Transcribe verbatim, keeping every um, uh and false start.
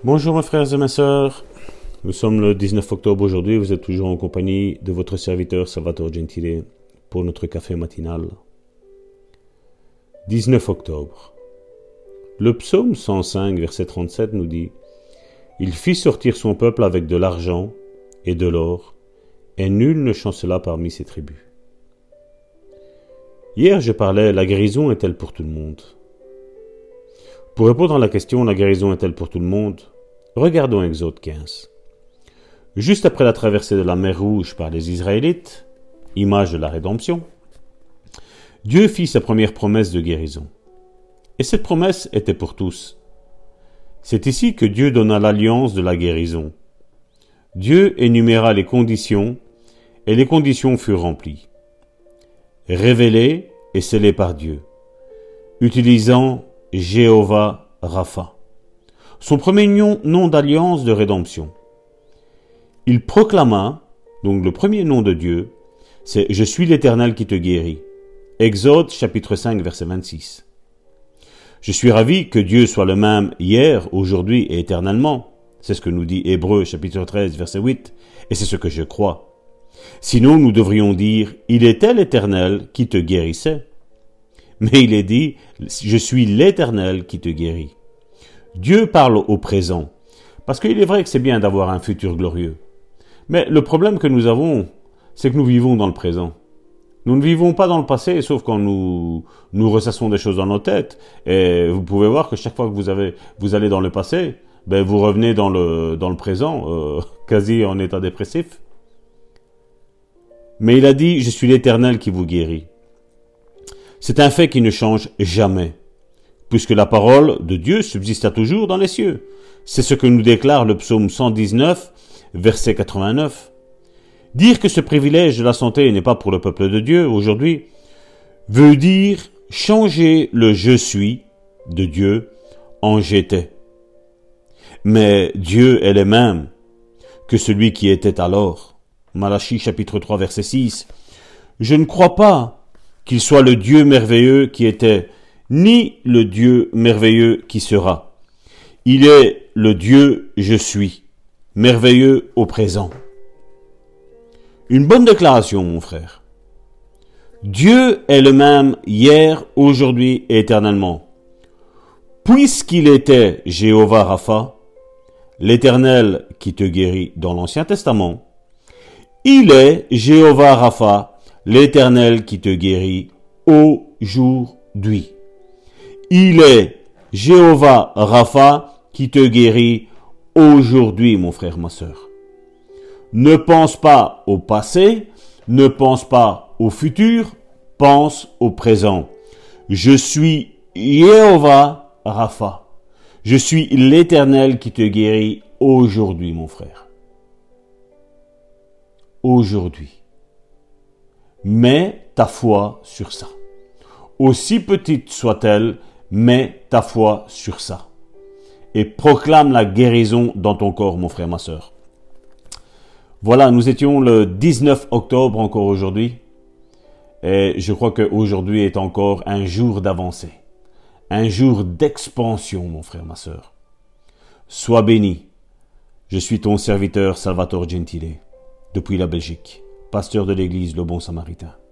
Bonjour mes frères et mes sœurs, nous sommes le dix-neuf octobre aujourd'hui, vous êtes toujours en compagnie de votre serviteur Salvatore Gentile pour notre café matinal. dix-neuf octobre. Le psaume cent cinq, verset trente-sept nous dit « Il fit sortir son peuple avec de l'argent et de l'or, et nul ne chancela parmi ses tribus. » Hier je parlais, la guérison est-elle pour tout le monde ? Pour répondre à la question, la guérison est-elle pour tout le monde ? Regardons Exode quinze. Juste après la traversée de la mer Rouge par les Israélites, image de la rédemption, Dieu fit sa première promesse de guérison. Et cette promesse était pour tous. C'est ici que Dieu donna l'alliance de la guérison. Dieu énuméra les conditions, et les conditions furent remplies. Révélées et scellées par Dieu, utilisant Jéhovah Rapha, son premier nom d'alliance de rédemption. Il proclama, donc le premier nom de Dieu, c'est « Je suis l'Éternel qui te guérit ». Exode chapitre cinq, verset vingt-six. Je suis ravi que Dieu soit le même hier, aujourd'hui et éternellement. C'est ce que nous dit Hébreux chapitre treize, verset huit, et c'est ce que je crois. Sinon, nous devrions dire « Il était l'Éternel qui te guérissait ». Mais il est dit « Je suis l'Éternel qui te guérit ». Dieu parle au présent, parce qu'il est vrai que c'est bien d'avoir un futur glorieux. Mais le problème que nous avons, c'est que nous vivons dans le présent. Nous ne vivons pas dans le passé, sauf quand nous nous ressassons des choses dans nos têtes. Et vous pouvez voir que chaque fois que vous avez vous allez dans le passé, ben vous revenez dans le dans le présent, euh, quasi en état dépressif. Mais il a dit « Je suis l'Éternel qui vous guérit ». C'est un fait qui ne change jamais, puisque la parole de Dieu subsista toujours dans les cieux. C'est ce que nous déclare le psaume cent dix-neuf, verset quatre-vingt-neuf. Dire que ce privilège de la santé n'est pas pour le peuple de Dieu aujourd'hui veut dire changer le « je suis » de Dieu en « j'étais ». Mais Dieu est le même que celui qui était alors. Malachie chapitre trois, verset six. Je ne crois pas qu'il soit le Dieu merveilleux qui était, ni le Dieu merveilleux qui sera. Il est le Dieu je suis, merveilleux au présent. Une bonne déclaration, mon frère. Dieu est le même hier, aujourd'hui et éternellement. Puisqu'il était Jéhovah Rapha, l'Éternel qui te guérit dans l'Ancien Testament, il est Jéhovah Rapha, l'Éternel qui te guérit aujourd'hui. Il est Jéhovah Rapha qui te guérit aujourd'hui, mon frère, ma sœur. Ne pense pas au passé, ne pense pas au futur, pense au présent. Je suis Jéhovah Rapha. Je suis l'Éternel qui te guérit aujourd'hui, mon frère. Aujourd'hui. Mets ta foi sur ça. Aussi petite soit-elle, mets ta foi sur ça. Et proclame la guérison dans ton corps, mon frère, ma sœur. Voilà, nous étions le dix-neuf octobre encore aujourd'hui. Et je crois qu'aujourd'hui est encore un jour d'avancée. Un jour d'expansion, mon frère, ma sœur. Sois béni. Je suis ton serviteur Salvatore Gentile, depuis la Belgique. Pasteur de l'église Le Bon Samaritain.